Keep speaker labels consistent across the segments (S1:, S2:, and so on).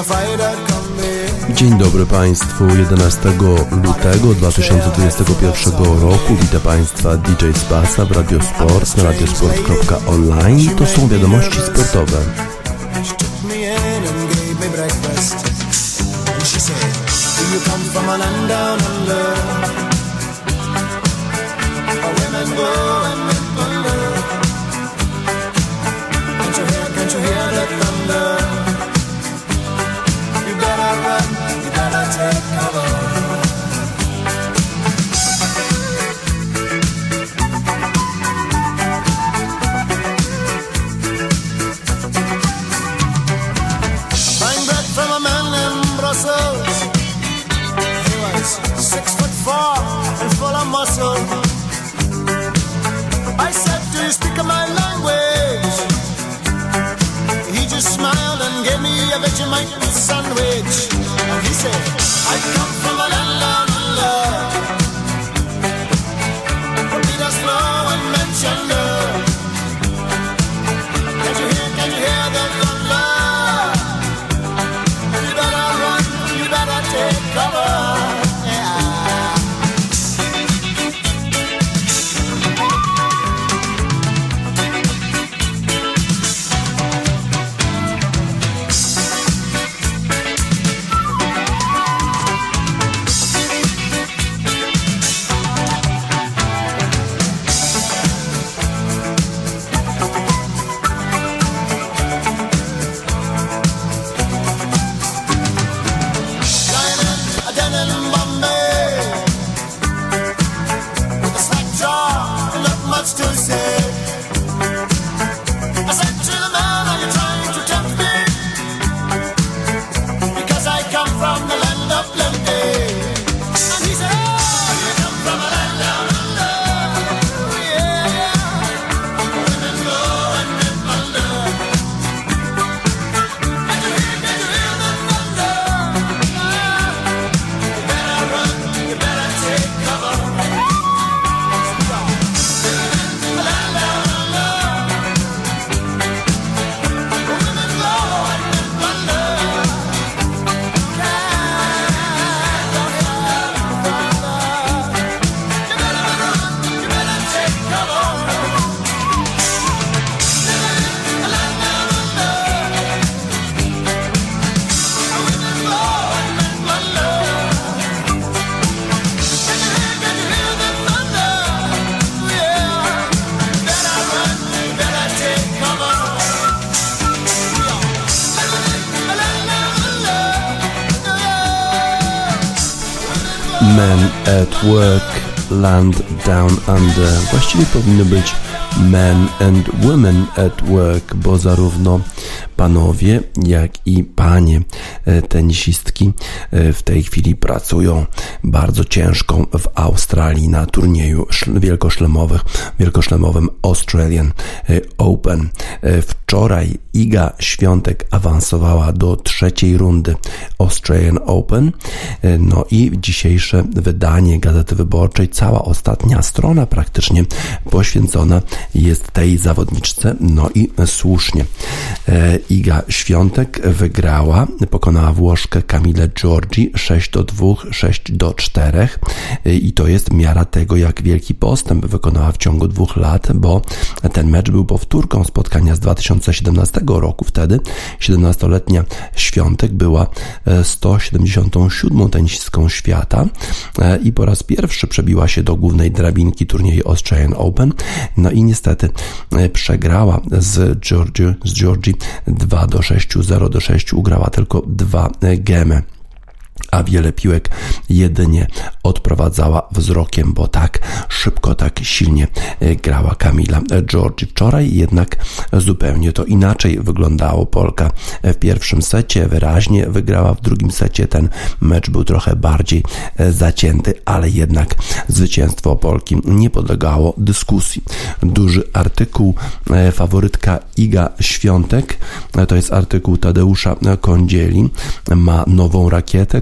S1: Dzień dobry Państwu, 11 lutego 2021 roku. Witam Państwa DJ Spasa w Radio Sport na radiosport.online. To są wiadomości sportowe.
S2: I said, do you speak my language? He just smiled and gave me a Vegemite sandwich. And he said, I come from a land down under, from Peter's Flow and Manchester. Can you hear the thunder? You better run, you better take cover.
S1: Men at Work, Land Down Under. Właściwie powinno być Men and Women at Work, bo zarówno panowie, jak i panie tenisistki w tej chwili pracują bardzo ciężko w Australii na turnieju wielkoszlemowym Australian Open. Wczoraj Iga Świątek awansowała do trzeciej rundy Australian Open. No i dzisiejsze wydanie Gazety Wyborczej, cała ostatnia strona praktycznie poświęcona jest tej zawodniczce. No i słusznie. Iga Świątek wygrała, pokonała Włoszkę Camille Giorgi 6-2, 6-4 i to jest miara tego, jak wielki postęp wykonała w ciągu 2 lat, bo ten mecz był powtórką spotkania z 2017 roku. Wtedy 17-letnia Świątek była 177. tenisistką świata i po raz pierwszy przebiła się do głównej drabinki turnieju Australian Open. No i niestety przegrała z Giorgi 2-6, 0-6, ugrała tylko 2 gemy. A wiele piłek jedynie odprowadzała wzrokiem, bo tak szybko, tak silnie grała Camilla Giorgi. Wczoraj jednak zupełnie to inaczej wyglądało. Polka w pierwszym secie wyraźnie wygrała, w drugim secie ten mecz był trochę bardziej zacięty, ale jednak zwycięstwo Polki nie podlegało dyskusji. Duży artykuł, faworytka Iga Świątek, to jest artykuł Tadeusza Kądzieli, ma nową rakietę,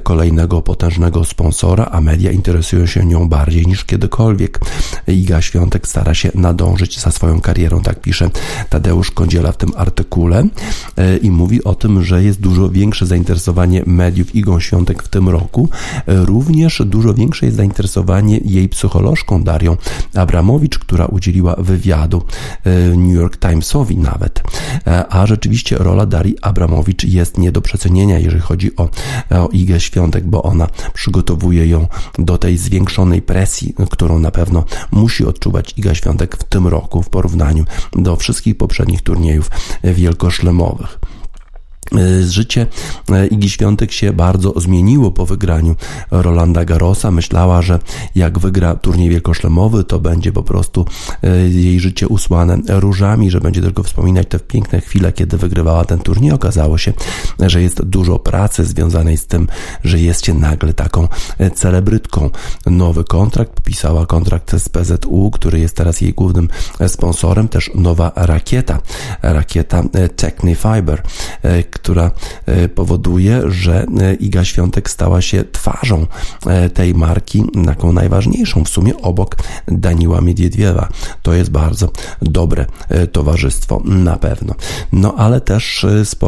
S1: kolejnego potężnego sponsora, a media interesują się nią bardziej niż kiedykolwiek. Iga Świątek stara się nadążyć za swoją karierą, tak pisze Tadeusz Kądziela w tym artykule i mówi o tym, że jest dużo większe zainteresowanie mediów Igą Świątek w tym roku. Również dużo większe jest zainteresowanie jej psycholożką Darią Abramowicz, która udzieliła wywiadu New York Timesowi nawet. A rzeczywiście rola Darii Abramowicz jest nie do przecenienia, jeżeli chodzi o Igę Świątek, bo ona przygotowuje ją do tej zwiększonej presji, którą na pewno musi odczuwać Iga Świątek w tym roku w porównaniu do wszystkich poprzednich turniejów wielkoszlemowych. Życie Igi Świątek się bardzo zmieniło po wygraniu Rolanda Garrosa. Myślała, że jak wygra turniej wielkoszlemowy, to będzie po prostu jej życie usłane różami, że będzie tylko wspominać te piękne chwile, kiedy wygrywała ten turniej. Okazało się, że jest dużo pracy związanej z tym, że jest się nagle taką celebrytką. Nowy kontrakt, podpisała kontrakt z PZU, który jest teraz jej głównym sponsorem, też nowa rakieta Technifiber, która powoduje, że Iga Świątek stała się twarzą tej marki, taką najważniejszą w sumie obok Daniła Miedwiediewa. To jest bardzo dobre towarzystwo na pewno. No ale też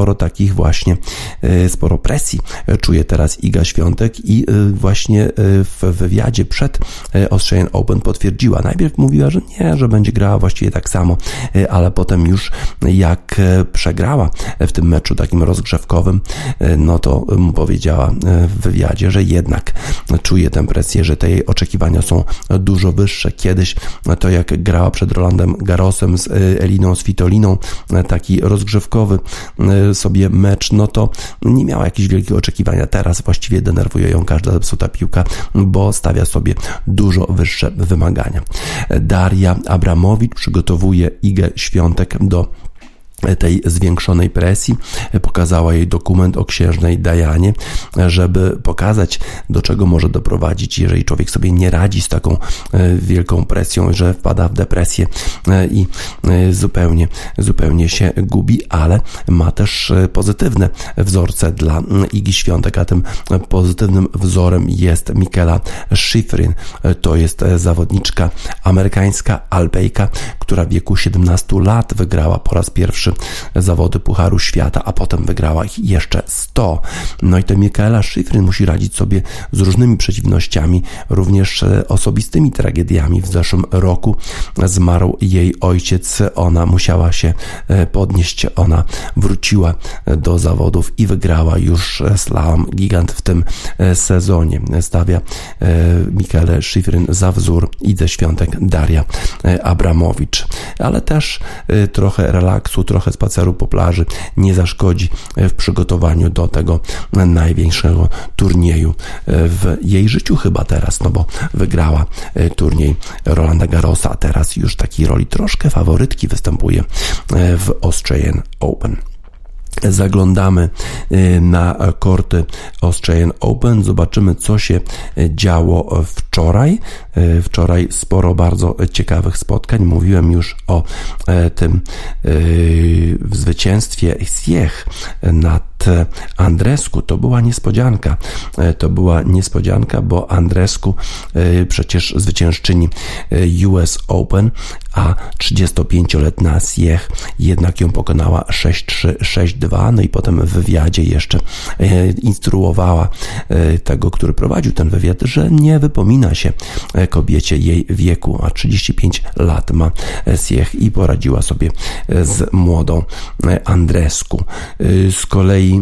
S1: sporo presji czuje teraz Iga Świątek i właśnie w wywiadzie przed Australian Open potwierdziła. Najpierw mówiła, że nie, że będzie grała właściwie tak samo, ale potem już jak przegrała w tym meczu takim rozgrzewkowym, no to powiedziała w wywiadzie, że jednak czuje tę presję, że te jej oczekiwania są dużo wyższe. Kiedyś to jak grała przed Rolandem Garrosem z Eliną Svitoliną, taki rozgrzewkowy sobie mecz, no to nie miała jakichś wielkich oczekiwania. Teraz właściwie denerwuje ją każda zepsuta piłka, bo stawia sobie dużo wyższe wymagania. Daria Abramowicz przygotowuje Igę Świątek do tej zwiększonej presji. Pokazała jej dokument o księżnej Dianie, żeby pokazać, do czego może doprowadzić, jeżeli człowiek sobie nie radzi z taką wielką presją, że wpada w depresję i zupełnie się gubi, ale ma też pozytywne wzorce dla Igi Świątek, a tym pozytywnym wzorem jest Mikaela Shiffrin. To jest zawodniczka amerykańska, Alpejka, która w wieku 17 lat wygrała po raz pierwszy zawody Pucharu Świata, a potem wygrała ich jeszcze 100. No i to Mikaela Shiffrin musi radzić sobie z różnymi przeciwnościami, również osobistymi tragediami. W zeszłym roku zmarł jej ojciec, ona musiała się podnieść, ona wróciła do zawodów i wygrała już slalom gigant w tym sezonie. Stawia Mikaela Shiffrin za wzór Idze Świątek Daria Abramowicz. Ale też trochę relaksu, trochę spaceru po plaży nie zaszkodzi w przygotowaniu do tego największego turnieju w jej życiu chyba teraz, no bo wygrała turniej Rolanda Garrosa, a teraz już takiej roli troszkę faworytki występuje w Australian Open. Zaglądamy na korty Australian Open, zobaczymy, co się działo wczoraj. Wczoraj sporo bardzo ciekawych spotkań. Mówiłem już o tym zwycięstwie Siech nad Andrescu. To była niespodzianka, bo Andrescu przecież zwyciężczyni US Open, a 35-letnia Siech jednak ją pokonała 6-3, 6-2, no i potem w wywiadzie jeszcze instruowała tego, który prowadził ten wywiad, że nie wypomina się kobiecie jej wieku, a 35 lat ma Siech i poradziła sobie z młodą Andrescu. Z kolei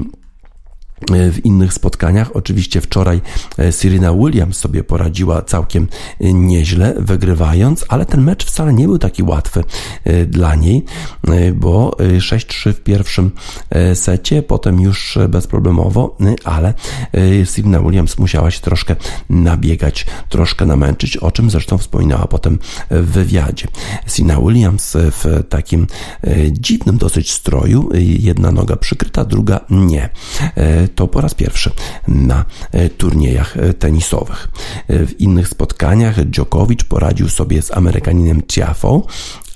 S1: w innych spotkaniach, oczywiście wczoraj Serena Williams sobie poradziła całkiem nieźle, wygrywając, ale ten mecz wcale nie był taki łatwy dla niej, bo 6-3 w pierwszym secie, potem już bezproblemowo, ale Serena Williams musiała się troszkę nabiegać, troszkę namęczyć, o czym zresztą wspominała potem w wywiadzie. Serena Williams w takim dziwnym dosyć stroju, jedna noga przykryta, druga nie. To po raz pierwszy na turniejach tenisowych. W innych spotkaniach Djokovic poradził sobie z Amerykaninem Tiafoe,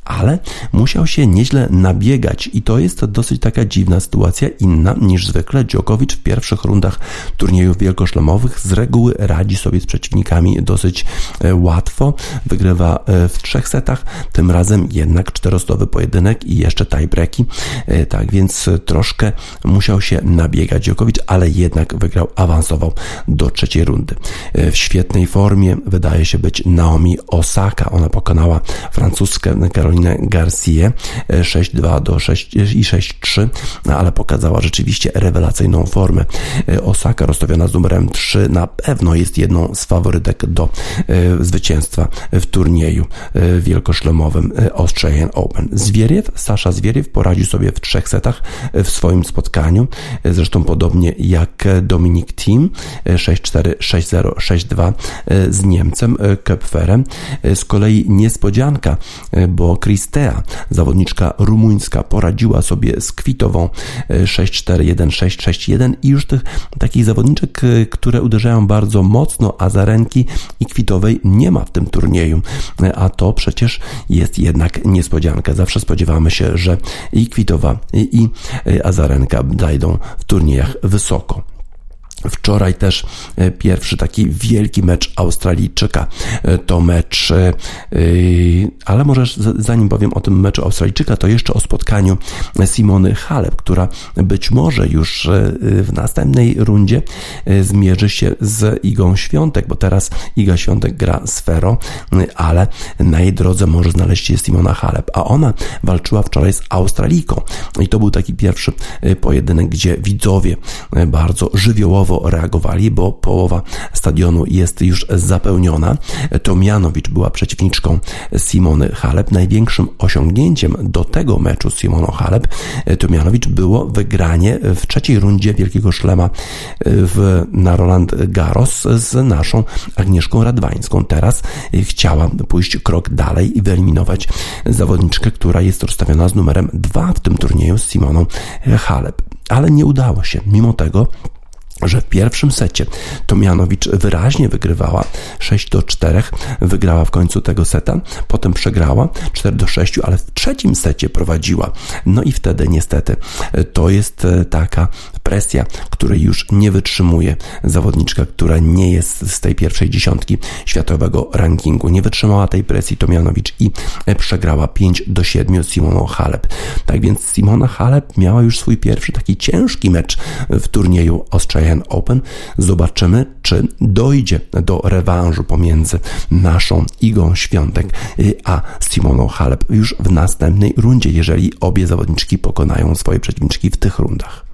S1: ale musiał się nieźle nabiegać i to jest dosyć taka dziwna sytuacja, inna niż zwykle. Djokovic w pierwszych rundach turniejów wielkoszlemowych z reguły radzi sobie z przeciwnikami dosyć łatwo, wygrywa w 3 setach, tym razem jednak 4-setowy pojedynek i jeszcze tiebreaki, tak więc troszkę musiał się nabiegać Djokovic, ale jednak wygrał, awansował do 3. rundy. W świetnej formie wydaje się być Naomi Osaka. Ona pokonała Francuzkę Carolinę Garcia 6-2 do 6 i 6-3, ale pokazała rzeczywiście rewelacyjną formę. Osaka rozstawiona z numerem 3 na pewno jest jedną z faworytek do zwycięstwa w turnieju wielkoszlemowym Australian Open. Sasza Zwieriew poradził sobie w 3 setach w swoim spotkaniu, zresztą podobnie jak Dominic Thiem 6-4, 6-0, 6-2 z Niemcem Köpferem. Z kolei niespodzianka, bo Kristea, zawodniczka rumuńska, poradziła sobie z Kvitową 6-4, 1-6, 6-1 i już tych takich zawodniczek, które uderzają bardzo mocno Azarenki i Kvitowej nie ma w tym turnieju, a to przecież jest jednak niespodzianka. Zawsze spodziewamy się, że i Kvitowa i Azarenka zajdą w turniejach wysoko. Wczoraj też pierwszy taki wielki mecz Australijczyka. To mecz, ale może zanim powiem o tym meczu Australijczyka, to jeszcze o spotkaniu Simony Halep, która być może już w następnej rundzie zmierzy się z Igą Świątek, bo teraz Iga Świątek gra z Ferro, ale na jej drodze może znaleźć się Simona Halep, a ona walczyła wczoraj z Australijką. I to był taki pierwszy pojedynek, gdzie widzowie bardzo żywiołowo reagowali, bo połowa stadionu jest już zapełniona. Tomjanovic była przeciwniczką Simony Halep. Największym osiągnięciem do tego meczu z Simoną Halep Tomjanovic było wygranie w 3. rundzie Wielkiego Szlema na Roland Garros z naszą Agnieszką Radwańską. Teraz chciała pójść krok dalej i wyeliminować zawodniczkę, która jest rozstawiona z numerem 2 w tym turnieju, z Simoną Halep. Ale nie udało się. Mimo tego, że w pierwszym secie Tomjanovic wyraźnie wygrywała 6-4, wygrała w końcu tego seta, potem przegrała 4-6, ale w 3. secie prowadziła. No i wtedy niestety to jest taka presja, której już nie wytrzymuje zawodniczka, która nie jest z tej pierwszej 10 światowego rankingu. Nie wytrzymała tej presji Tomjanovic i przegrała 5-7 z Simoną Halep. Tak więc Simona Halep miała już swój pierwszy taki ciężki mecz w turnieju Australian Open. Zobaczymy, czy dojdzie do rewanżu pomiędzy naszą Igą Świątek a Simoną Halep już w następnej rundzie, jeżeli obie zawodniczki pokonają swoje przeciwniczki w tych rundach.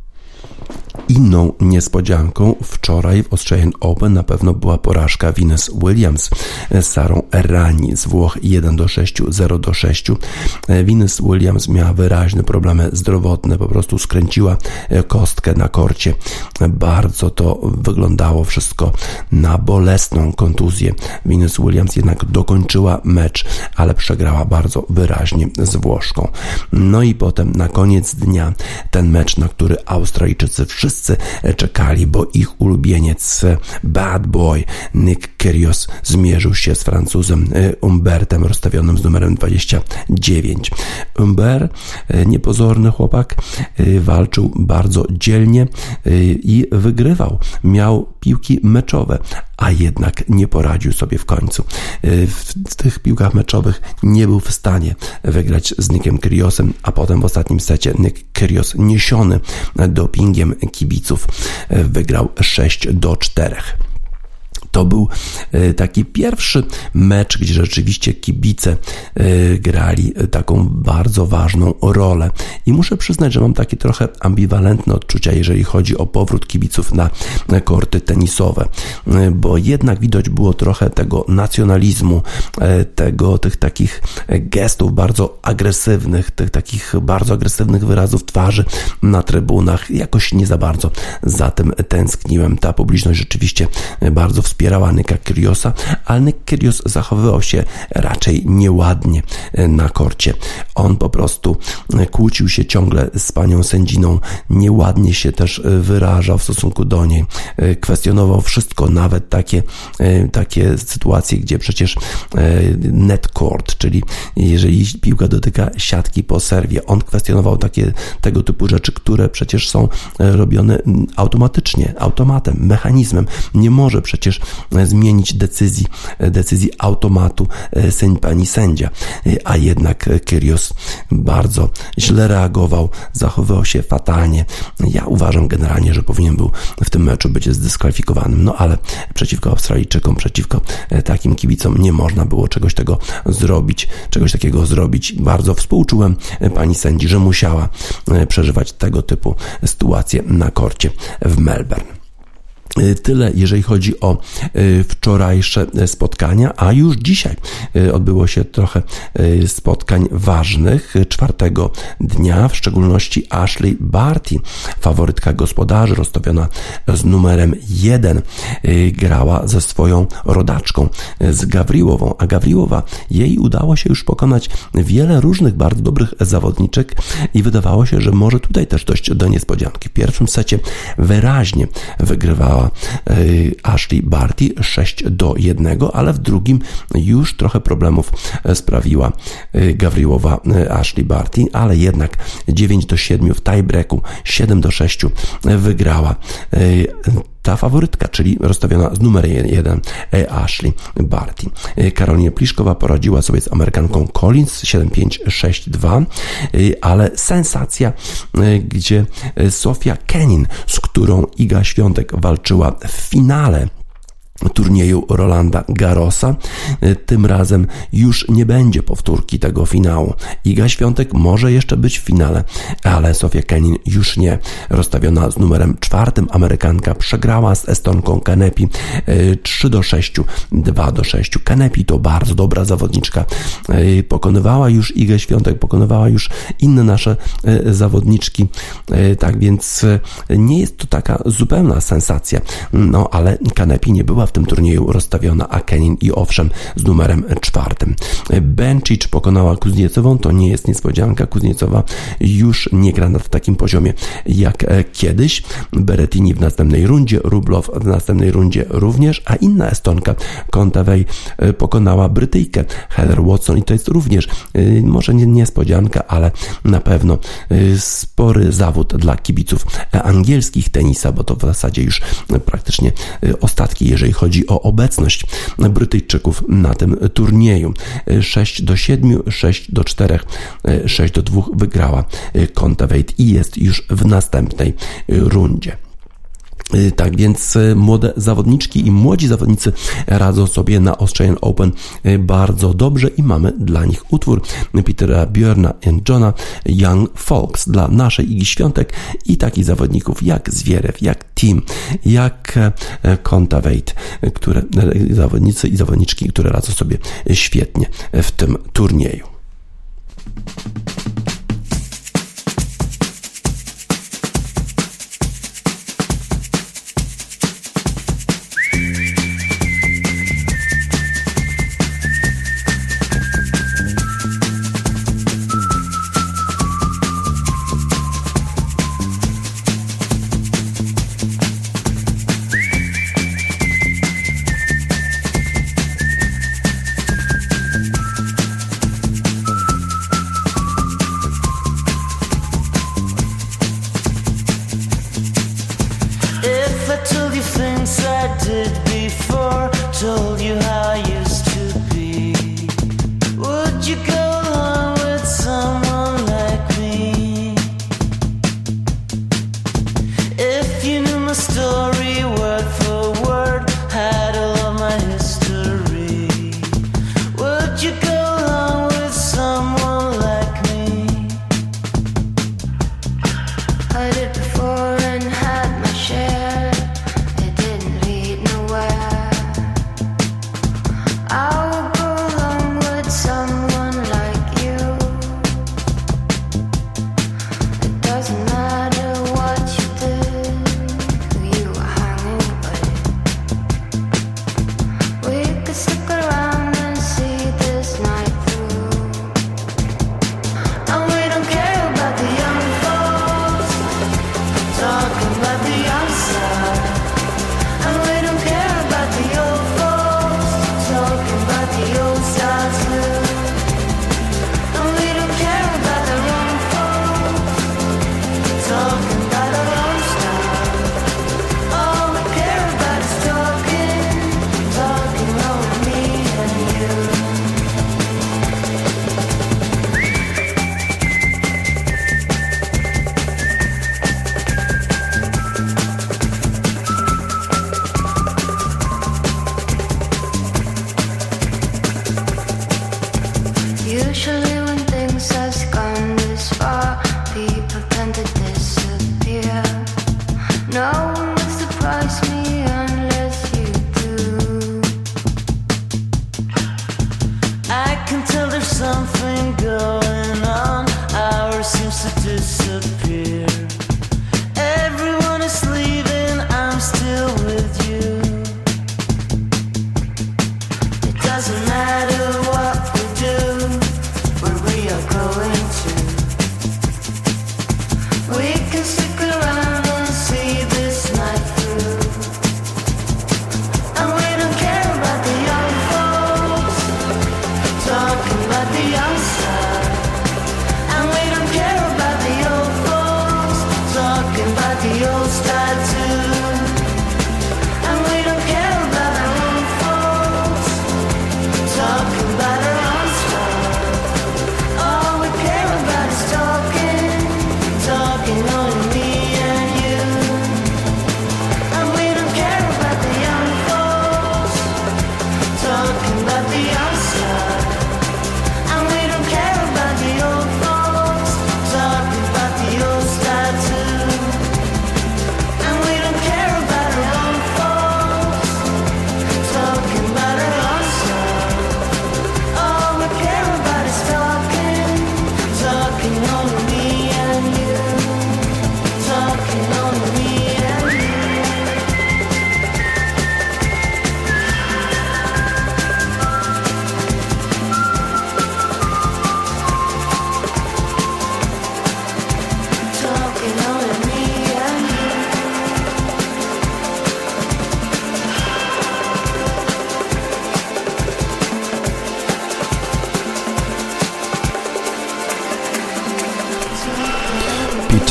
S1: Inną niespodzianką wczoraj w Australian Open na pewno była porażka Venus Williams z Sarą Errani z Włoch 1-6, 0-6. Venus Williams miała wyraźne problemy zdrowotne, po prostu skręciła kostkę na korcie. Bardzo to wyglądało wszystko na bolesną kontuzję. Venus Williams jednak dokończyła mecz, ale przegrała bardzo wyraźnie z Włoszką. No i potem na koniec dnia ten mecz, na który Australijczycy wszyscy czekali, bo ich ulubieniec Bad Boy Nick Kyrgios zmierzył się z Francuzem Humbertem rozstawionym z numerem 29. Humbert, niepozorny chłopak, walczył bardzo dzielnie i wygrywał. Miał piłki meczowe, a jednak nie poradził sobie w końcu. W tych piłkach meczowych nie był w stanie wygrać z Nickiem Kyrgiosem, a potem w ostatnim secie Nick Kyrgios, niesiony dopingiem kibiców, wygrał 6-4. To był taki pierwszy mecz, gdzie rzeczywiście kibice grali taką bardzo ważną rolę. I muszę przyznać, że mam takie trochę ambiwalentne odczucia, jeżeli chodzi o powrót kibiców na korty tenisowe, bo jednak widać było trochę tego nacjonalizmu, tych takich gestów bardzo agresywnych, tych takich bardzo agresywnych wyrazów twarzy na trybunach. Jakoś nie za bardzo za tym tęskniłem. Ta publiczność rzeczywiście bardzo wspierała wspierała Nicka Kyrgiosa, ale Nick Kyrgios zachowywał się raczej nieładnie na korcie. On po prostu kłócił się ciągle z panią sędziną, nieładnie się też wyrażał w stosunku do niej, kwestionował wszystko, nawet takie sytuacje, gdzie przecież net court, czyli jeżeli piłka dotyka siatki po serwie, on kwestionował tego typu rzeczy, które przecież są robione automatycznie, automatem, mechanizmem. Nie może przecież zmienić decyzji automatu pani sędzia, a jednak Kyrgios bardzo źle reagował, zachowywał się fatalnie. Ja uważam generalnie, że powinien był w tym meczu być zdyskwalifikowanym, no ale przeciwko Australijczykom, przeciwko takim kibicom nie można było czegoś takiego zrobić. Bardzo współczułem pani sędzi, że musiała przeżywać tego typu sytuacje na korcie w Melbourne. Tyle, jeżeli chodzi o wczorajsze spotkania, a już dzisiaj odbyło się trochę spotkań ważnych czwartego dnia, w szczególności Ashleigh Barty, faworytka gospodarzy, rozstawiona z numerem 1, grała ze swoją rodaczką, z Gawriłową, a Gawriłowa, jej udało się już pokonać wiele różnych bardzo dobrych zawodniczek i wydawało się, że może tutaj też dojść do niespodzianki. W pierwszym secie wyraźnie wygrywała Ashleigh Barty 6-1, ale w drugim już trochę problemów sprawiła Gawriłowa Ashleigh Barty, ale jednak 9-7 w tiebreaku, 7-6 wygrała ta faworytka, czyli rozstawiona z numerem 1 Ashleigh Barty. Karolina Pliszkowa poradziła sobie z Amerykanką Collins 7-5, 6-2, ale sensacja, gdzie Sofia Kenin, z którą Iga Świątek walczyła w finale turnieju Rolanda Garrosa. Tym razem już nie będzie powtórki tego finału. Iga Świątek może jeszcze być w finale, ale Sofia Kenin już nie. Rozstawiona z numerem 4, Amerykanka przegrała z Estonką Kanepi 3-6, 2-6. Kanepi to bardzo dobra zawodniczka. Pokonywała już Igę Świątek, pokonywała już inne nasze zawodniczki. Tak więc nie jest to taka zupełna sensacja. No ale Kanepi nie była w tym turnieju rozstawiona, a Kenin i owszem z numerem 4. Bencic pokonała Kuzniecową, to nie jest niespodzianka. Kuzniecowa już nie gra na takim poziomie jak kiedyś. Berrettini w następnej rundzie, Rublow w następnej rundzie również, a inna Estonka, Kontaveit, pokonała Brytyjkę Heather Watson i to jest również może nie niespodzianka, ale na pewno spory zawód dla kibiców angielskich tenisa, bo to w zasadzie już praktycznie ostatki, jeżeli chodzi o obecność Brytyjczyków na tym turnieju. 6-7, 6-4, 6-2 wygrała Kontaveit i jest już w następnej rundzie. Tak więc młode zawodniczki i młodzi zawodnicy radzą sobie na Australian Open bardzo dobrze i mamy dla nich utwór Petera Björna and Johna Young Folks dla naszej Igi Świątek i takich zawodników jak Zwierew, jak Thiem, jak Kontaveit, które zawodnicy i zawodniczki, które radzą sobie świetnie w tym turnieju.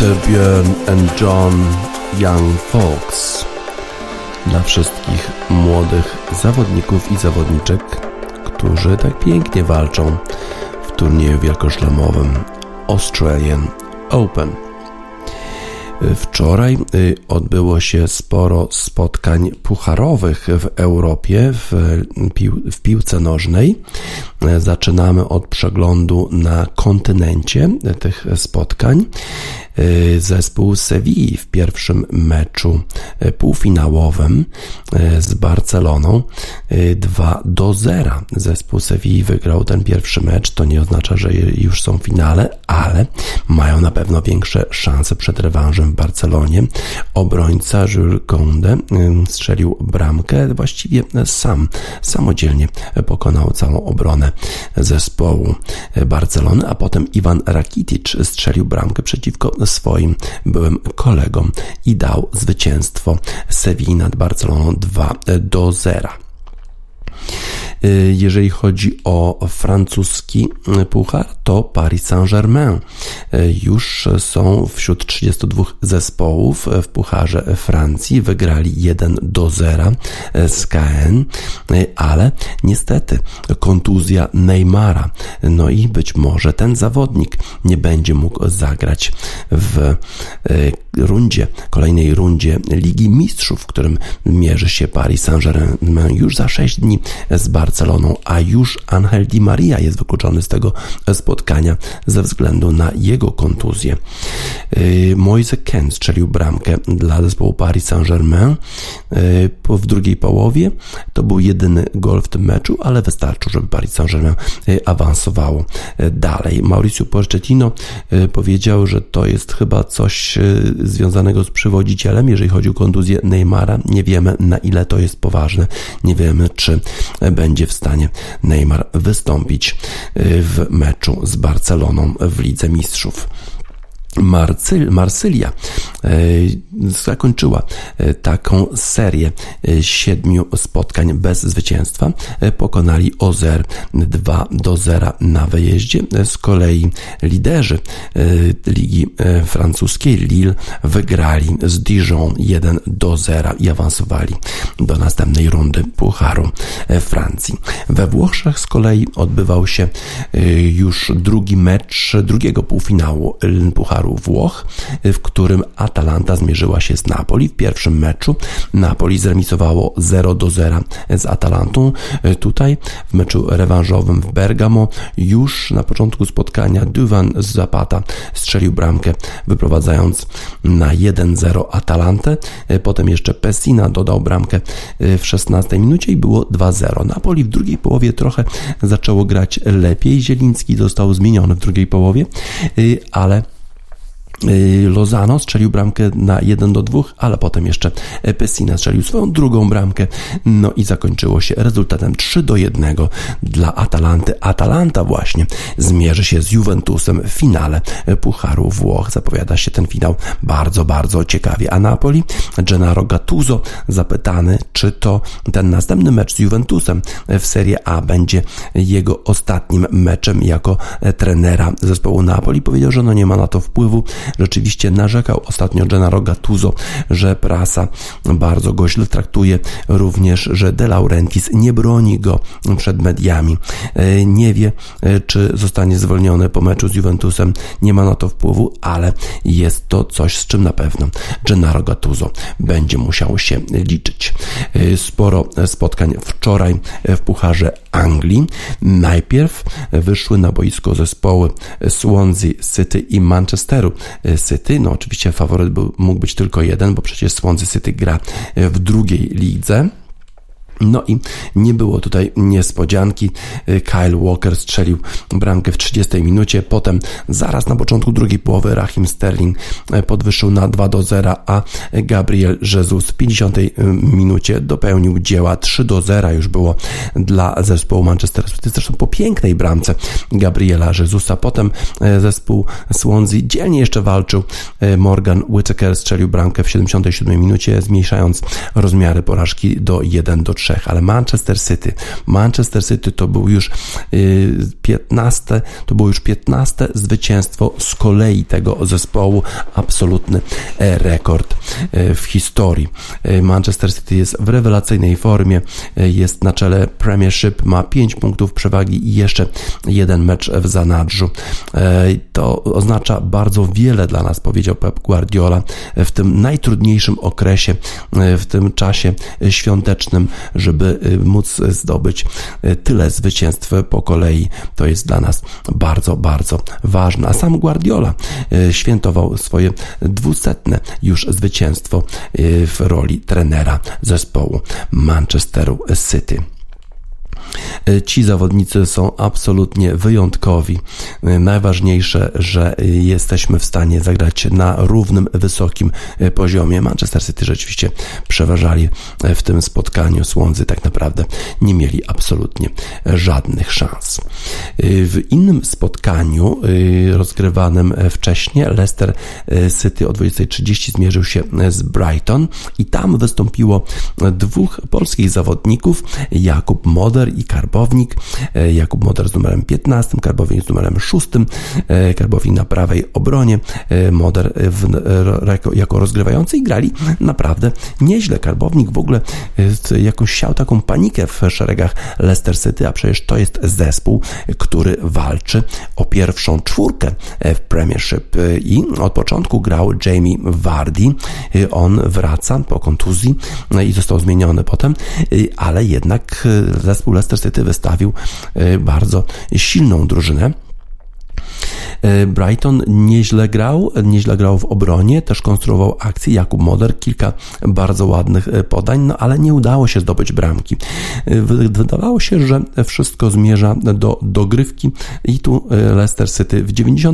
S1: Peter, Björn and John Young Folks. Dla wszystkich młodych zawodników i zawodniczek, którzy tak pięknie walczą w turnieju wielkoszlemowym Australian Open. Wczoraj odbyło się sporo spotkań pucharowych w Europie w piłce nożnej. Zaczynamy od przeglądu na kontynencie tych spotkań. Zespół Sewilli w pierwszym meczu półfinałowym z Barceloną 2-0. Zespół Sewilli wygrał ten pierwszy mecz. To nie oznacza, że już są w finale, ale mają na pewno większe szanse przed rewanżem w Barcelonie. Obrońca Jules Koundé strzelił bramkę, właściwie samodzielnie pokonał całą obronę zespołu Barcelony, a potem Ivan Rakitic strzelił bramkę przeciwko swoim byłym kolegom i dał zwycięstwo Sewilli nad Barceloną 2-0. Jeżeli chodzi o francuski puchar, to Paris Saint-Germain już są wśród 32 zespołów w pucharze Francji. Wygrali 1-0 z Caen, ale niestety kontuzja Neymara. No i być może ten zawodnik nie będzie mógł zagrać w kolejnej rundzie Ligi Mistrzów, w którym mierzy się Paris Saint-Germain już za 6 dni z Barceloną, a już Angel Di Maria jest wykluczony z tego spotkania ze względu na jego kontuzję. Moise Kean strzelił bramkę dla zespołu Paris Saint-Germain w drugiej połowie. To był jedyny gol w tym meczu, ale wystarczył, żeby Paris Saint-Germain awansowało dalej. Mauricio Pochettino powiedział, że to jest chyba coś związanego z przywodzicielem, jeżeli chodzi o kontuzję Neymara. Nie wiemy, na ile to jest poważne. Nie wiemy, czy będzie w stanie Neymar wystąpić w meczu z Barceloną w Lidze Mistrzów. Marsylia zakończyła taką serię 7 spotkań bez zwycięstwa. Pokonali Auxerre 2-0 na wyjeździe. Z kolei liderzy Ligi Francuskiej Lille wygrali z Dijon 1-0 i awansowali do następnej rundy Pucharu Francji. We Włoszech z kolei odbywał się już drugi mecz drugiego półfinału Pucharu Włoch, w którym Atalanta zmierzyła się z Napoli. W pierwszym meczu Napoli zremisowało 0-0 z Atalantą. Tutaj w meczu rewanżowym w Bergamo już na początku spotkania Duvan z Zapata strzelił bramkę, wyprowadzając na 1-0 Atalantę. Potem jeszcze Pessina dodał bramkę w 16 minucie i było 2-0. Napoli w drugiej połowie trochę zaczęło grać lepiej. Zieliński został zmieniony w drugiej połowie, ale Lozano strzelił bramkę na 1-2, ale potem jeszcze Pessina strzelił swoją drugą bramkę, no i zakończyło się rezultatem 3-1 dla Atalanty. Atalanta właśnie zmierzy się z Juventusem w finale Pucharu Włoch. Zapowiada się ten finał bardzo, bardzo ciekawie. A Napoli, Gennaro Gattuso zapytany, czy to ten następny mecz z Juventusem w Serie A będzie jego ostatnim meczem jako trenera zespołu Napoli, powiedział, że no nie ma na to wpływu. Rzeczywiście narzekał ostatnio Gennaro Gattuso, że prasa bardzo go źle traktuje, również, że De Laurentiis nie broni go przed mediami. Nie wie, czy zostanie zwolniony po meczu z Juventusem, nie ma na to wpływu, ale jest to coś, z czym na pewno Gennaro Gattuso będzie musiał się liczyć. Sporo spotkań wczoraj w Pucharze Anglii. Najpierw wyszły na boisko zespoły Swansea City i Manchesteru City. No oczywiście faworyt mógł być tylko jeden, bo przecież Swansea City gra w drugiej lidze. No i nie było tutaj niespodzianki. Kyle Walker strzelił bramkę w 30 minucie, potem zaraz na początku drugiej połowy Raheem Sterling podwyższył na 2-0, a Gabriel Jesus w 50 minucie dopełnił dzieła. 3-0 już było dla zespołu Manchester City, zresztą po pięknej bramce Gabriela Jesusa. Potem zespół Swansea dzielnie jeszcze walczył. Morgan Whittaker strzelił bramkę w 77 minucie, zmniejszając rozmiary porażki do 1-3. 3, ale Manchester City to było już 15 zwycięstwo z kolei tego zespołu, absolutny rekord w historii. Manchester City jest w rewelacyjnej formie, jest na czele Premiership, ma 5 punktów przewagi i jeszcze jeden mecz w zanadrzu. To oznacza bardzo wiele dla nas, powiedział Pep Guardiola, w tym najtrudniejszym okresie, w tym czasie świątecznym, żeby móc zdobyć tyle zwycięstw po kolei. To jest dla nas bardzo, bardzo ważne. A sam Guardiola świętował swoje 200. już zwycięstwo w roli trenera zespołu Manchesteru City. Ci zawodnicy są absolutnie wyjątkowi. Najważniejsze, że jesteśmy w stanie zagrać na równym, wysokim poziomie. Manchester City rzeczywiście przeważali w tym spotkaniu. Swansea tak naprawdę nie mieli absolutnie żadnych szans. W innym spotkaniu rozgrywanym wcześniej Leicester City o 20:30 zmierzył się z Brighton i tam wystąpiło 2 polskich zawodników, Jakub Moder i Karbownik. Jakub Moder z numerem 15, Karbownik z numerem 6, Karbownik na prawej obronie, Moder jako rozgrywający i grali naprawdę nieźle. Karbownik w ogóle jakoś siał taką panikę w szeregach Leicester City, a przecież to jest zespół, który walczy o pierwszą 4 w Premiership i od początku grał Jamie Vardy. On wraca po kontuzji i został zmieniony potem, ale jednak zespół Leicester City wystawił bardzo silną drużynę. Brighton nieźle grał w obronie, też konstruował akcje. Jakub Moder kilka bardzo ładnych podań, no ale nie udało się zdobyć bramki. Wydawało się, że wszystko zmierza do dogrywki i tu Leicester City w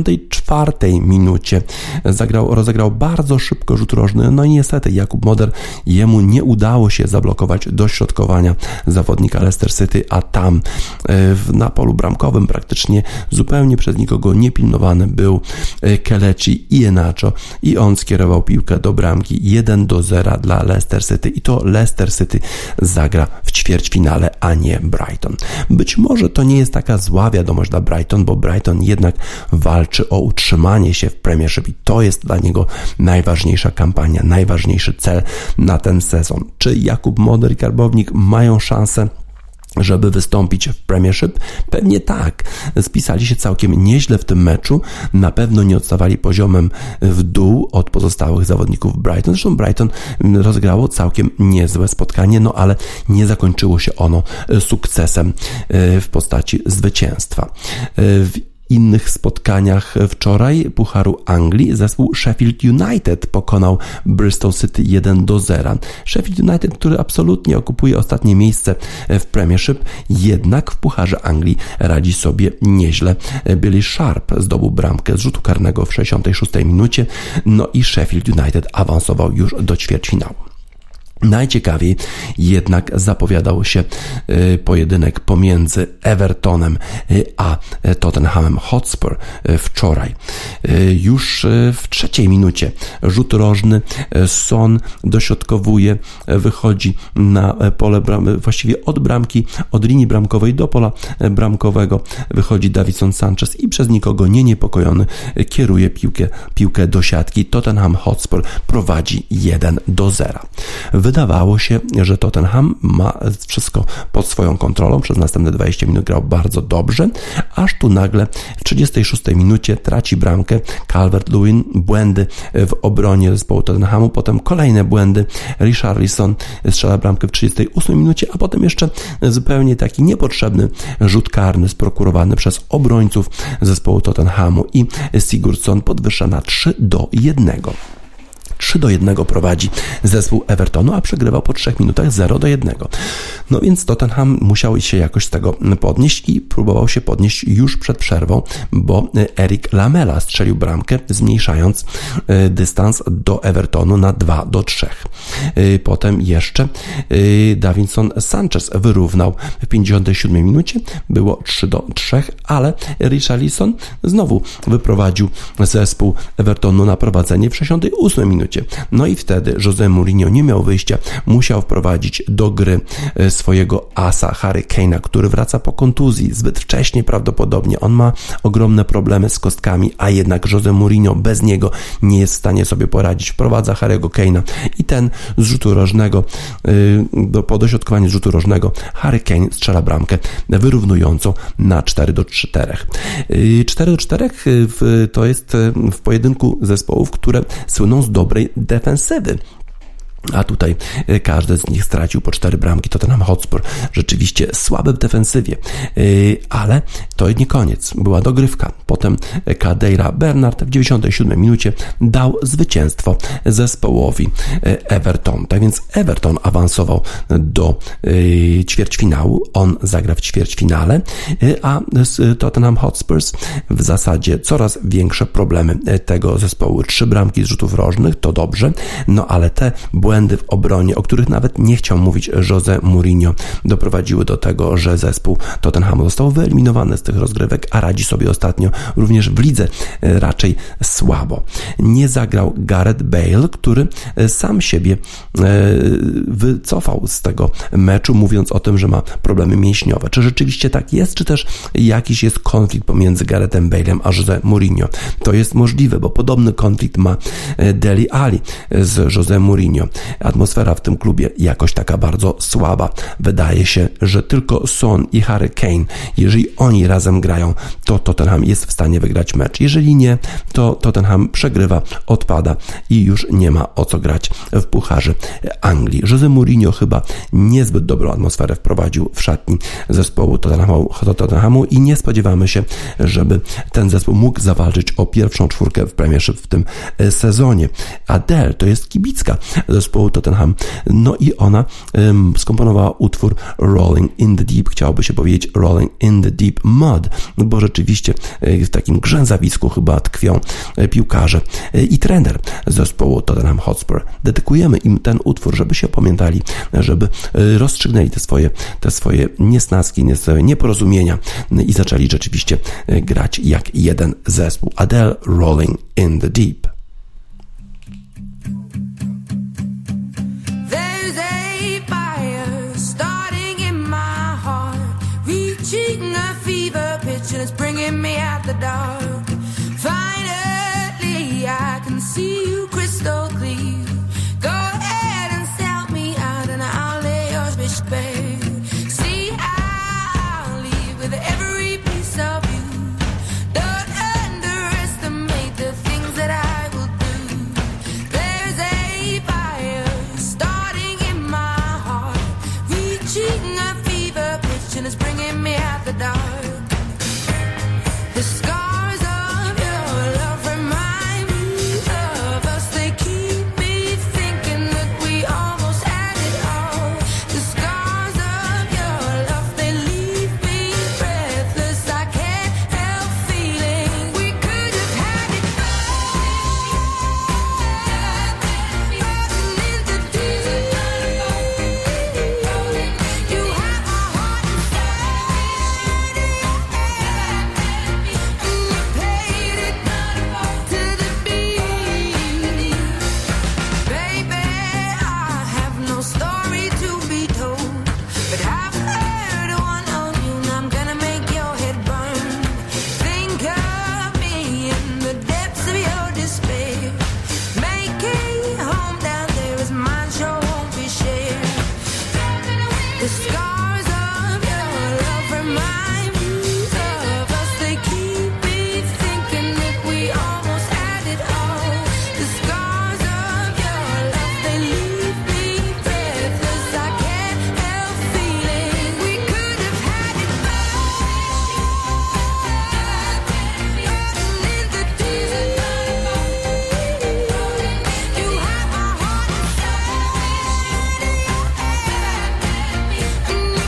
S1: 94 minucie rozegrał bardzo szybko rzut rożny, no i niestety Jakub Moder, jemu nie udało się zablokować dośrodkowania zawodnika Leicester City, a tam na polu bramkowym praktycznie zupełnie przez nikogo nie pilnowany był Kelechi Iheanacho i on skierował piłkę do bramki 1-0 dla Leicester City i to Leicester City zagra w ćwierćfinale, a nie Brighton. Być może to nie jest taka zła wiadomość dla Brighton, bo Brighton jednak walczy o utrzymanie się w Premiership i to jest dla niego najważniejsza kampania, najważniejszy cel na ten sezon. Czy Jakub Moder i Karbownik mają szansę, żeby wystąpić w Premiership? Pewnie tak. Spisali się całkiem nieźle w tym meczu. Na pewno nie odstawali poziomem w dół od pozostałych zawodników Brighton. Zresztą Brighton rozegrało całkiem niezłe spotkanie, no ale nie zakończyło się ono sukcesem w postaci zwycięstwa. W innych spotkaniach wczoraj Pucharu Anglii zespół Sheffield United pokonał Bristol City 1-0. Sheffield United, który absolutnie okupuje ostatnie miejsce w Premiership, jednak w Pucharze Anglii radzi sobie nieźle. Billy Sharp zdobył bramkę z rzutu karnego w 66 minucie, no i Sheffield United awansował już do ćwierćfinału. Najciekawiej jednak zapowiadał się pojedynek pomiędzy Evertonem a Tottenhamem Hotspur wczoraj. Już w 3 minucie rzut rożny, Son dośrodkowuje, wychodzi na pole właściwie od bramki, od linii bramkowej do pola bramkowego, wychodzi Davinson Sanchez i przez nikogo nie niepokojony kieruje piłkę do siatki. Tottenham Hotspur prowadzi 1-0. Wydawało się, że Tottenham ma wszystko pod swoją kontrolą. Przez następne 20 minut grał bardzo dobrze, aż tu nagle w 36 minucie traci bramkę Calvert-Lewin, błędy w obronie zespołu Tottenhamu, potem kolejne błędy. Richarlison strzela bramkę w 38 minucie, a potem jeszcze zupełnie taki niepotrzebny rzut karny sprokurowany przez obrońców zespołu Tottenhamu i Sigurdsson podwyższa na 3-1. 3-1 prowadzi zespół Evertonu, a przegrywał po 3 minutach 0-1. No więc Tottenham musiał się jakoś z tego podnieść i próbował się podnieść już przed przerwą, bo Eric Lamela strzelił bramkę, zmniejszając dystans do Evertonu na 2-3. Potem jeszcze Davinson Sanchez wyrównał w 57 minucie, było 3-3, ale Richarlison znowu wyprowadził zespół Evertonu na prowadzenie w 68 minucie. momencie. No i wtedy Jose Mourinho nie miał wyjścia, musiał wprowadzić do gry swojego asa Harry Kane'a, który wraca po kontuzji zbyt wcześnie prawdopodobnie. On ma ogromne problemy z kostkami, a jednak Jose Mourinho bez niego nie jest w stanie sobie poradzić. Wprowadza Harry'ego Kane'a i ten z rzutu rożnego, po dośrodkowaniu z rzutu rożnego Harry Kane strzela bramkę wyrównującą na 4-4. 4-4 to jest w pojedynku zespołów, które słyną z dobrej defensywy. A tutaj każdy z nich stracił po 4 bramki. Tottenham Hotspur rzeczywiście słaby w defensywie, ale to nie koniec. Była dogrywka. Potem Kadeira Bernard w 97 minucie dał zwycięstwo zespołowi Everton. Tak więc Everton awansował do ćwierćfinału. On zagra w ćwierćfinale, a Tottenham Hotspurs w zasadzie coraz większe problemy tego zespołu. 3 bramki z rzutów rożnych, to dobrze, no ale te błędy w obronie, o których nawet nie chciał mówić Jose Mourinho, doprowadziły do tego, że zespół Tottenhamu został wyeliminowany z tych rozgrywek, a radzi sobie ostatnio również w lidze raczej słabo. Nie zagrał Gareth Bale, który sam siebie wycofał z tego meczu, mówiąc o tym, że ma problemy mięśniowe. Czy rzeczywiście tak jest, czy też jakiś jest konflikt pomiędzy Garethem Bale'em a Jose Mourinho? To jest możliwe, bo podobny konflikt ma Dele Alli z Jose Mourinho. Atmosfera w tym klubie jakoś taka bardzo słaba. Wydaje się, że tylko Son i Harry Kane, jeżeli oni razem grają, to Tottenham jest w stanie wygrać mecz. Jeżeli nie, to Tottenham przegrywa, odpada i już nie ma o co grać w Pucharze Anglii. Jose Mourinho chyba niezbyt dobrą atmosferę wprowadził w szatni zespołu Tottenhamu i nie spodziewamy się, żeby ten zespół mógł zawalczyć o pierwszą 4 w Premiership w tym sezonie. Adele to jest kibicka zespołu Tottenham, no i ona skomponowała utwór Rolling in the Deep, chciałoby się powiedzieć Rolling in the Deep Mud, bo rzeczywiście w takim grzęzawisku chyba tkwią piłkarze i trener zespołu Tottenham Hotspur. Dedykujemy im ten utwór, żeby się opamiętali, żeby rozstrzygnęli te swoje niesnaski, nieporozumienia i zaczęli rzeczywiście grać jak jeden zespół. Adele, Rolling in the Deep.
S2: It's bringing me out the dark. Finally, I can see you crystal clear. Go ahead and sell me out, and I'll lay your fish bare. See, I'll leave with every piece of you. Don't underestimate the things that I will do. There's a fire starting in my heart, reaching a fever pitch, and it's bringing me out the dark. The scars of your love remind me of us. They keep me thinking that we almost had it all. The scars of your love, they leave me breathless. I can't help feeling we could have had it all. Rolling in the deep. You have my heart inside. The scars of your love remind me of us. They keep me thinking that we almost had it all. The scars of your love, they leave me breathless. I can't help feeling we could have had it all. Rolling in the deep. You have my heart inside.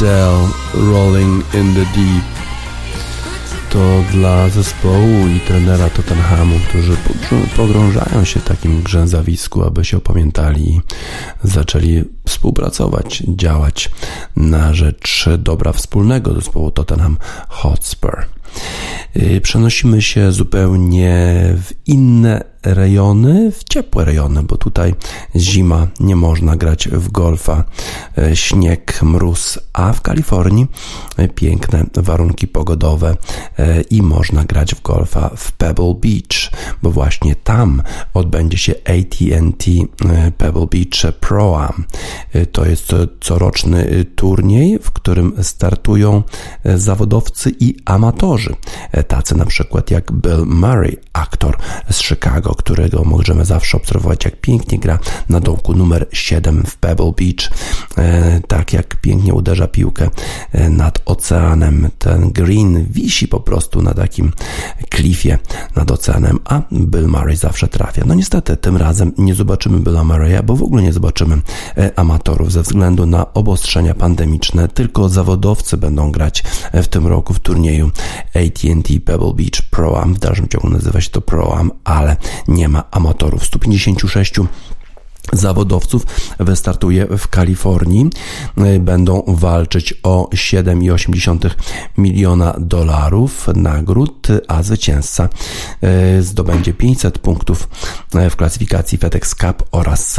S1: Adele, Rolling in the Deep. To dla zespołu i trenera Tottenhamu, którzy pogrążają się w takim grzęzawisku, aby się opamiętali i zaczęli współpracować, działać na rzecz dobra wspólnego zespołu Tottenham Hotspur. Przenosimy się zupełnie w inne rejony, w ciepłe rejony, bo tutaj zima, nie można grać w golfa, śnieg, mróz, a w Kalifornii piękne warunki pogodowe i można grać w golfa w Pebble Beach, bo właśnie tam odbędzie się AT&T Pebble Beach Pro-Am. To jest coroczny turniej, w którym startują zawodowcy i amatorzy. Tacy na przykład jak Bill Murray, aktor z Chicago, którego możemy zawsze obserwować, jak pięknie gra na dołku numer 7 w Pebble Beach, tak jak pięknie uderza piłkę nad oceanem. Ten green wisi po prostu na takim klifie nad oceanem, a Bill Murray zawsze trafia. No niestety tym razem nie zobaczymy Billa Murraya, bo w ogóle nie zobaczymy amatorów ze względu na obostrzenia pandemiczne. Tylko zawodowcy będą grać w tym roku w turnieju AT&T Pebble Beach Pro-Am. W dalszym ciągu nazywa się to Pro-Am, ale nie ma amatorów. 156 zawodowców wystartuje w Kalifornii. Będą walczyć o $7,8 miliona nagród, a zwycięzca zdobędzie 500 punktów w klasyfikacji FedEx Cup oraz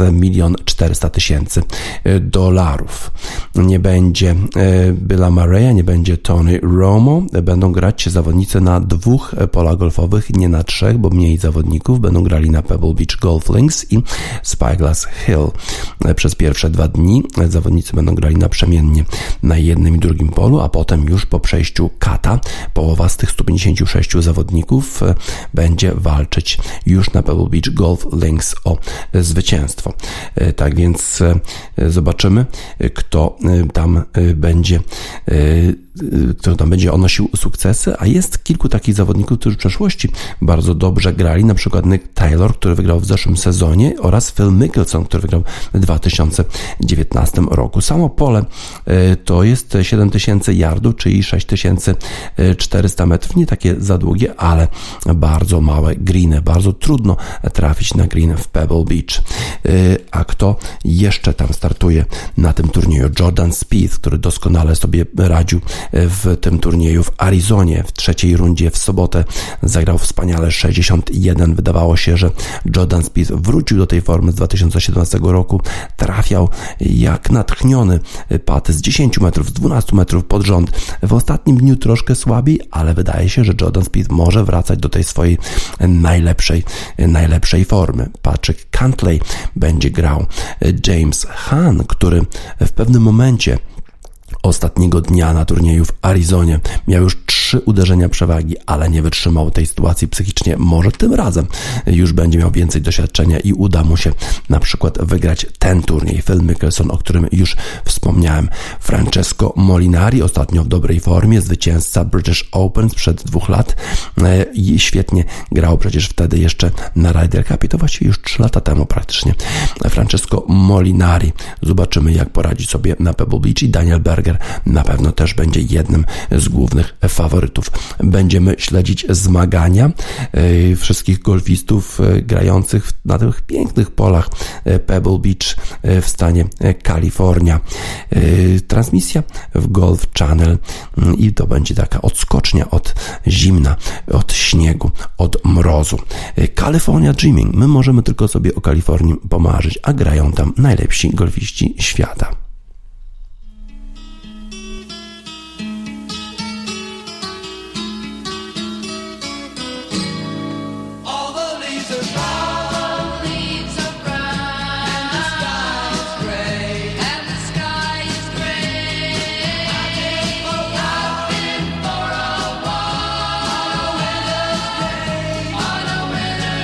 S1: $1,400,000. Nie będzie Billa Murraya, nie będzie Tony Romo. Będą grać zawodnicy na 2 polach golfowych, nie na 3, bo mniej zawodników. Będą grali na Pebble Beach Golf Links i Spyglass Hill. Przez pierwsze 2 dni zawodnicy będą grali naprzemiennie na jednym i drugim polu, a potem już po przejściu kata połowa z tych 156 zawodników będzie walczyć już na Pebble Beach Golf Links o zwycięstwo. Tak więc zobaczymy, kto tam będzie odnosił sukcesy, a jest kilku takich zawodników, którzy w przeszłości bardzo dobrze grali, na przykład Nick Taylor, który wygrał w zeszłym sezonie, oraz Phil Mickelson, który wygrał w 2019 roku. Samo pole to jest 7000 yardów, czyli 6400 metrów, nie takie za długie, ale bardzo małe greeny, bardzo trudno trafić na green w Pebble Beach. A kto jeszcze tam startuje na tym turnieju? Jordan Spieth, który doskonale sobie radził w tym turnieju w Arizonie. W trzeciej rundzie w sobotę zagrał wspaniale 61. Wydawało się, że Jordan Spieth wrócił do tej formy z 2017 roku. Trafiał jak natchniony paty z 10 metrów, z 12 metrów pod rząd. W ostatnim dniu troszkę słabiej, ale wydaje się, że Jordan Spieth może wracać do tej swojej najlepszej formy. Patrick Cantlay będzie grał. James Hahn, który w pewnym momencie ostatniego dnia na turnieju w Arizonie miał już 3 uderzenia przewagi, ale nie wytrzymał tej sytuacji psychicznie. Może tym razem już będzie miał więcej doświadczenia i uda mu się na przykład wygrać ten turniej. Phil Mickelson, o którym już wspomniałem. Francesco Molinari, ostatnio w dobrej formie, zwycięzca British Open sprzed 2 lat i świetnie grał przecież wtedy jeszcze na Ryder Cupie. To właściwie już 3 lata temu praktycznie. Francesco Molinari. Zobaczymy, jak poradzi sobie na Pebble Beach, i Daniel Berger na pewno też będzie jednym z głównych faworytów. Będziemy śledzić zmagania wszystkich golfistów grających na tych pięknych polach Pebble Beach w stanie Kalifornia. Transmisja w Golf Channel i to będzie taka odskocznia od zimna, od śniegu, od mrozu. California Dreaming. My możemy tylko sobie o Kalifornii pomarzyć, a grają tam najlepsi golfiści świata.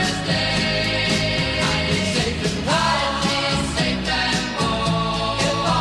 S3: If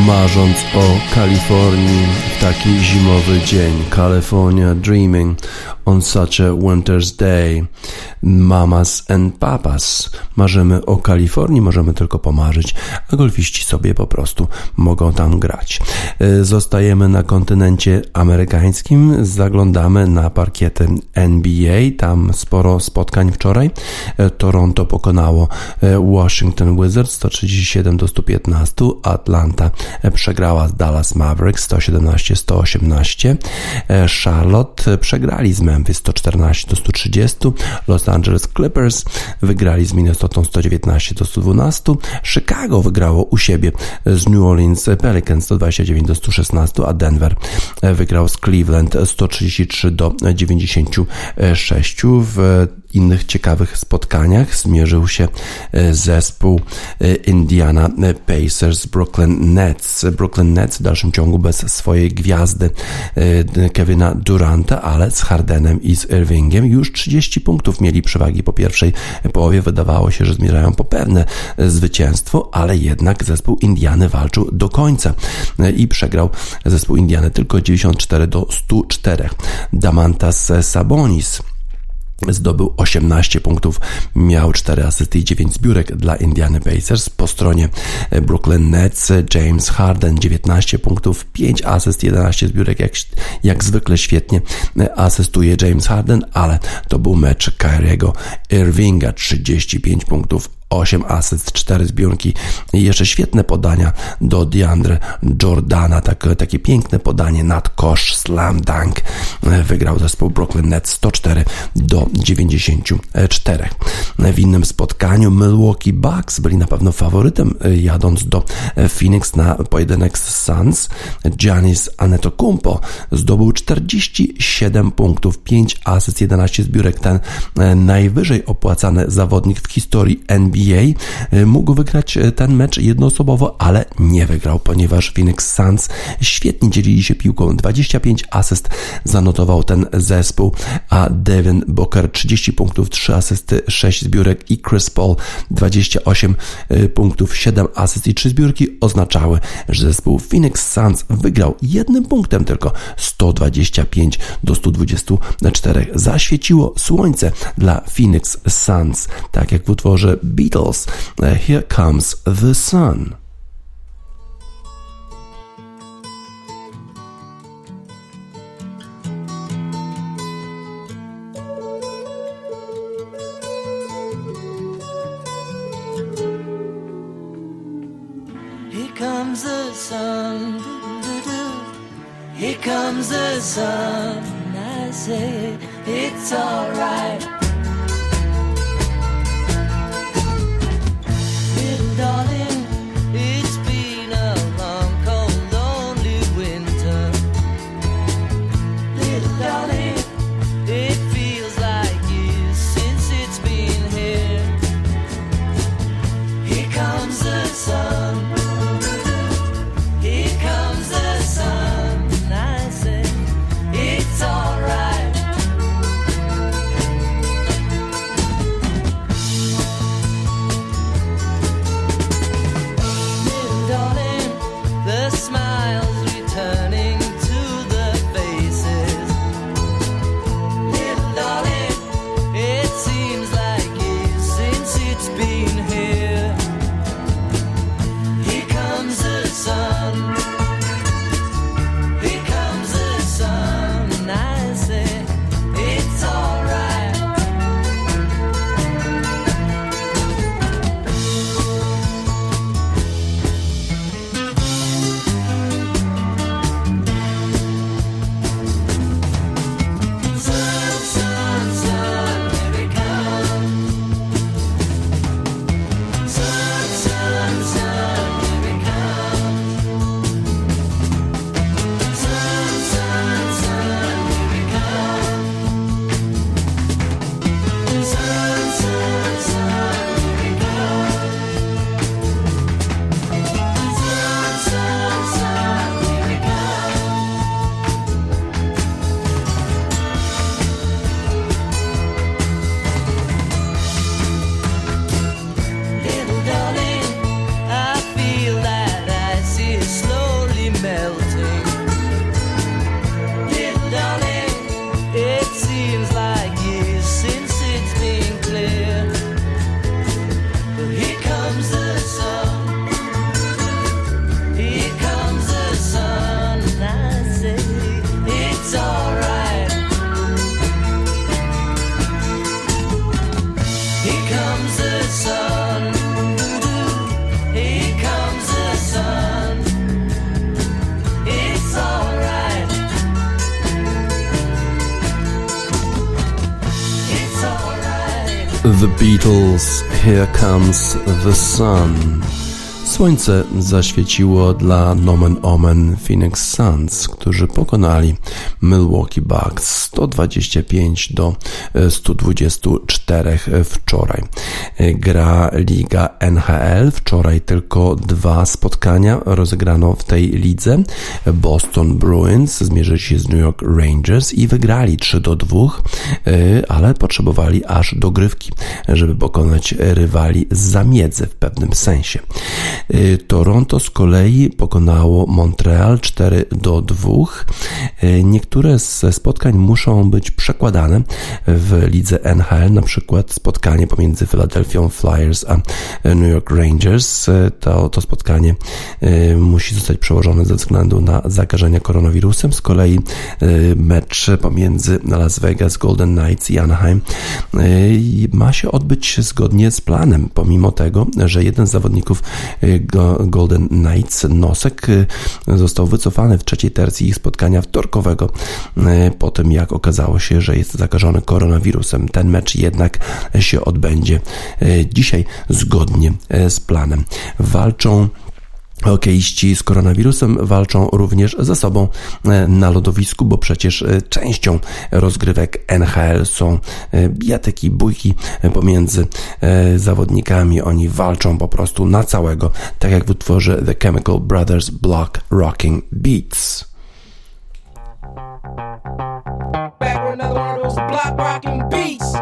S1: Marząc o Kalifornii w taki zimowy dzień. California Dreaming on such a winter's day. Mamas and papas. Marzymy o Kalifornii, możemy tylko pomarzyć, a golfiści sobie po prostu mogą tam grać. Zostajemy na kontynencie amerykańskim, zaglądamy na parkiety NBA, tam sporo spotkań wczoraj. Toronto pokonało Washington Wizards 137-115, Atlanta przegrała z Dallas Mavericks 117-118, Charlotte przegrali z Memphis 114-130, Los Angeles Clippers wygrali z Minnesotą 119-112, Chicago wygrało u siebie z New Orleans Pelicans 129-116, a Denver wygrał z Cleveland 133-96. W innych ciekawych spotkaniach zmierzył się zespół Indiana Pacers Brooklyn Nets. Brooklyn Nets w dalszym ciągu bez swojej gwiazdy Kevina Duranta, ale z Hardenem i z Irvingiem już 30 punktów mieli przewagi po pierwszej połowie. Wydawało się, że zmierzają po pewne zwycięstwo, ale jednak zespół Indiany walczył do końca i przegrał zespół Indiany tylko 94-104. Domantas Sabonis zdobył 18 punktów, miał 4 asysty i 9 zbiórek dla Indiana Pacers. Po stronie Brooklyn Nets James Harden 19 punktów, 5 asyst, 11 zbiórek, jak zwykle świetnie asystuje James Harden, ale to był mecz Kyriego Irvinga, 35 punktów, 8 asyst, 4 zbiórki i jeszcze świetne podania do DeAndre Jordana, takie piękne podanie nad kosz, slam dunk. Wygrał zespół Brooklyn Nets 104-94. W innym spotkaniu Milwaukee Bucks byli na pewno faworytem, jadąc do Phoenix na pojedynek z Suns. Giannis Antetokounmpo zdobył 47 punktów, 5 asyst, 11 zbiórek. Ten najwyżej opłacany zawodnik w historii NBA mógł wygrać ten mecz jednoosobowo, ale nie wygrał, ponieważ Phoenix Suns świetnie dzielili się piłką. 25 asyst zanotował ten zespół, a Devin Booker 30 punktów, 3 asysty, 6 zbiórek i Chris Paul 28 punktów, 7 asyst i 3 zbiórki oznaczały, że zespół Phoenix Suns wygrał 1 punktem tylko, 125-124. Zaświeciło słońce dla Phoenix Suns, tak jak w utworze Beatles Here Comes the Sun.
S2: Here comes the sun, here comes the sun, I say it's alright. Darling, it's been a long, cold, lonely winter. Little darling, it feels like years since it's been here. Here comes the sun. Here comes the sun. I say it's alright.
S3: it's alright. Here comes the sun. Here comes the sun. It's alright. It's alright.
S1: The Beatles, Here Comes the Sun. Słońce zaświeciło dla nomen omen Phoenix Suns, którzy pokonali Milwaukee Bucks 125-124 wczoraj. Gra Liga NHL, wczoraj tylko 2 spotkania rozegrano w tej lidze. Boston Bruins zmierzyli się z New York Rangers i wygrali 3-2, ale potrzebowali aż dogrywki, żeby pokonać rywali z zamiedzy w pewnym sensie. Toronto z kolei pokonało Montreal 4-2. Niektóre ze spotkań muszą być przekładane w lidze NHL, na przykład spotkanie pomiędzy Philadelphia Flyers a New York Rangers. To spotkanie musi zostać przełożone ze względu na zakażenia koronawirusem. Z kolei mecz pomiędzy Las Vegas Golden Knights i Anaheim ma się odbyć zgodnie z planem, pomimo tego, że jeden z zawodników Golden Knights, Nosek, został wycofany w trzeciej tercji ich spotkania wtorkowego po tym, jak okazało się, że jest zakażony koronawirusem. Ten mecz jednak się odbędzie dzisiaj zgodnie z planem. Walczą hokeiści z koronawirusem, walczą również ze sobą na lodowisku, bo przecież częścią rozgrywek NHL są bijatyki, bójki pomiędzy zawodnikami. Oni walczą po prostu na całego, tak jak w utworze The Chemical Brothers Block Rocking Beats.
S4: Back with another one of those block rocking beats.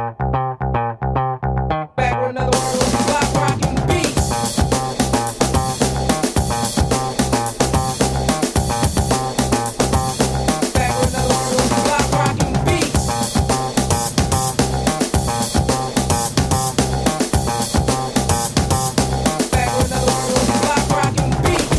S4: Back with another one of those block rocking beats. Back with another one of those block rocking beats. Back with another one of those block rocking beats.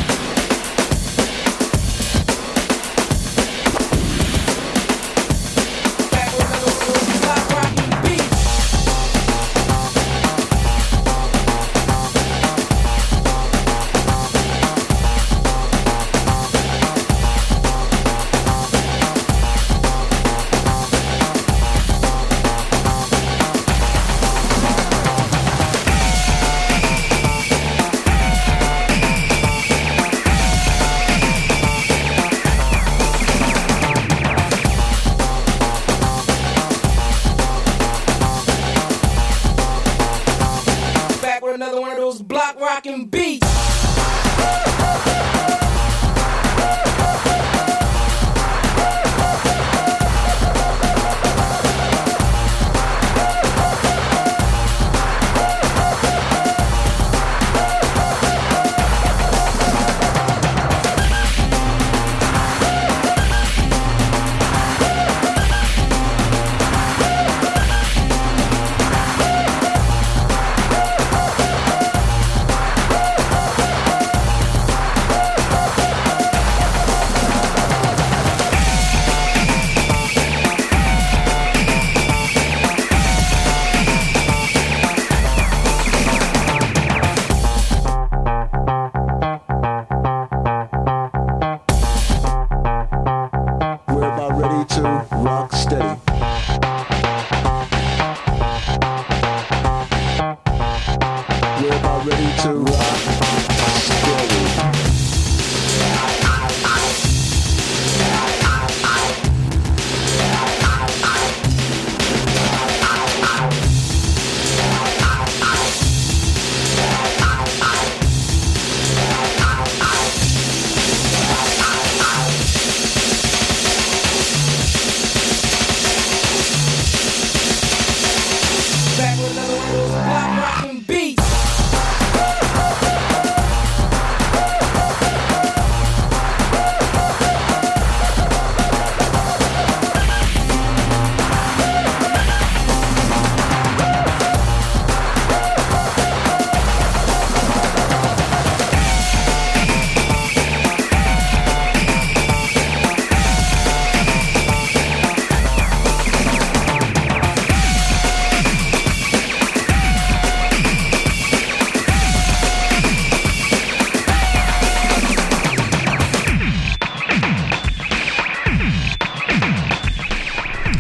S4: Another one of those block rocking beats.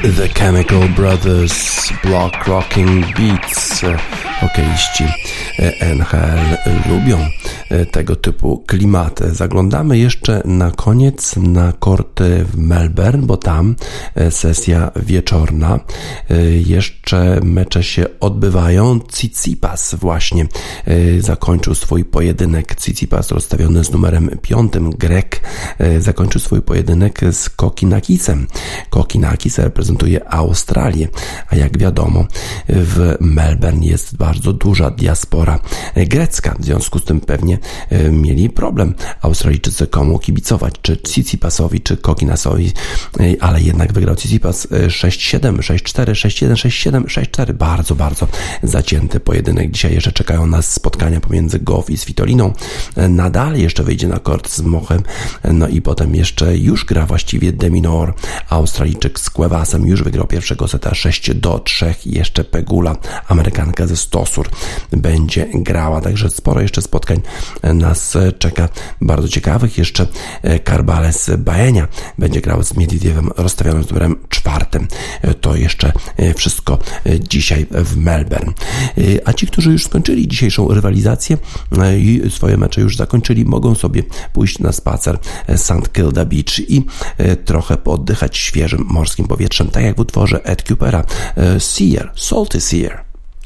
S1: The Chemical Brothers, Block Rocking Beats. Hokeiści NHL lubią tego typu klimaty. Zaglądamy jeszcze na koniec na korty w Melbourne, bo tam sesja wieczorna. Jeszcze mecze się odbywają. Tsitsipas właśnie zakończył swój pojedynek. Tsitsipas rozstawiony z numerem 5. Grek zakończył swój pojedynek z Kokinakisem. Kokinakis reprezentuje Australię, a jak wiadomo w Melbourne jest bardzo duża diaspora grecka. W związku z tym pewnie mieli problem Australijczycy komu kibicować, czy Tsitsipasowi, czy Kokinasowi, ale jednak wygrał Tsitsipas 6-7, 6-4, 6-1, 6-7, 6-4. Bardzo, bardzo zacięty pojedynek. Dzisiaj jeszcze czekają nas spotkania pomiędzy Gauff i Svitoliną. Nadal jeszcze wyjdzie na kort z Mochem, no i potem jeszcze już gra właściwie de Minaur. Australijczyk z Cuevasem już wygrał pierwszego seta 6-3 i jeszcze Pegula, Amerykanka ze Stosur, będzie grała. Także sporo jeszcze spotkań nas czeka, bardzo ciekawych. Jeszcze Carbales Baenia będzie grał z Medvedevem rozstawionym z numerem 4. To jeszcze wszystko dzisiaj w Melbourne. A ci, którzy już skończyli dzisiejszą rywalizację i swoje mecze już zakończyli, mogą sobie pójść na spacer St. Kilda Beach i trochę pooddychać świeżym morskim powietrzem, tak jak w utworze Ed Coopera Sear, Salty Sear.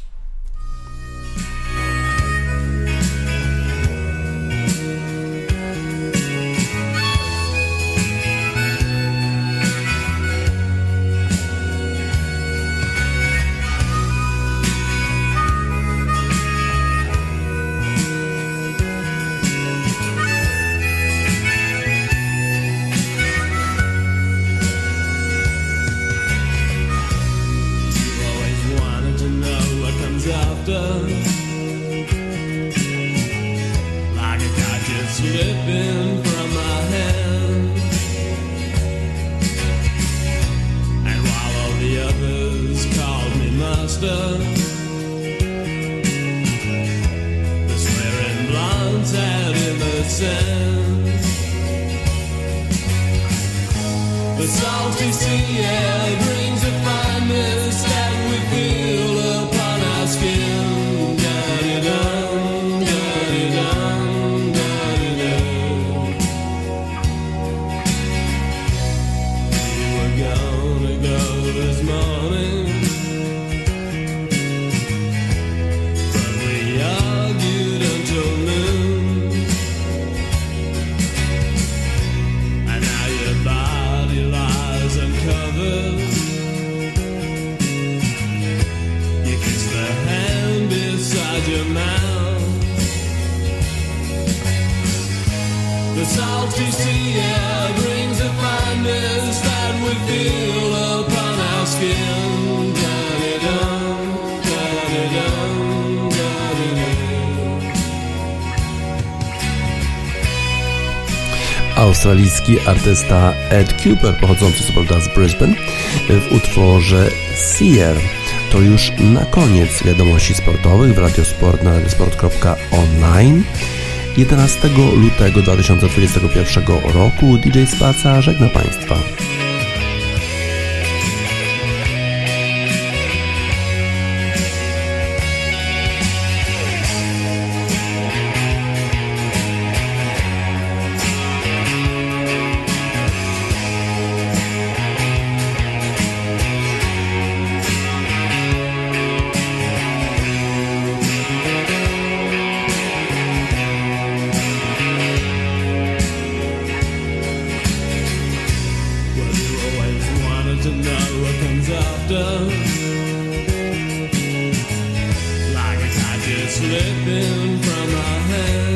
S5: Slipping from my hand, and while all the others called me master, the swearing blondes out in the sand, the salty sea air brings a fine mist that we feel upon our skin. Salty sea air brings a fine mist that we feel upon our skin. Da-da-dum, da-da-dum, da-da-dum.
S1: Australijski artysta Ed Cooper, pochodzący co prawda z Brisbane, w utworze Sear. To już na koniec wiadomości sportowych w Radiosport na radiosport.online. 11 lutego 2021 roku DJ Spaca żegna Państwa.
S5: Slipping from my hand.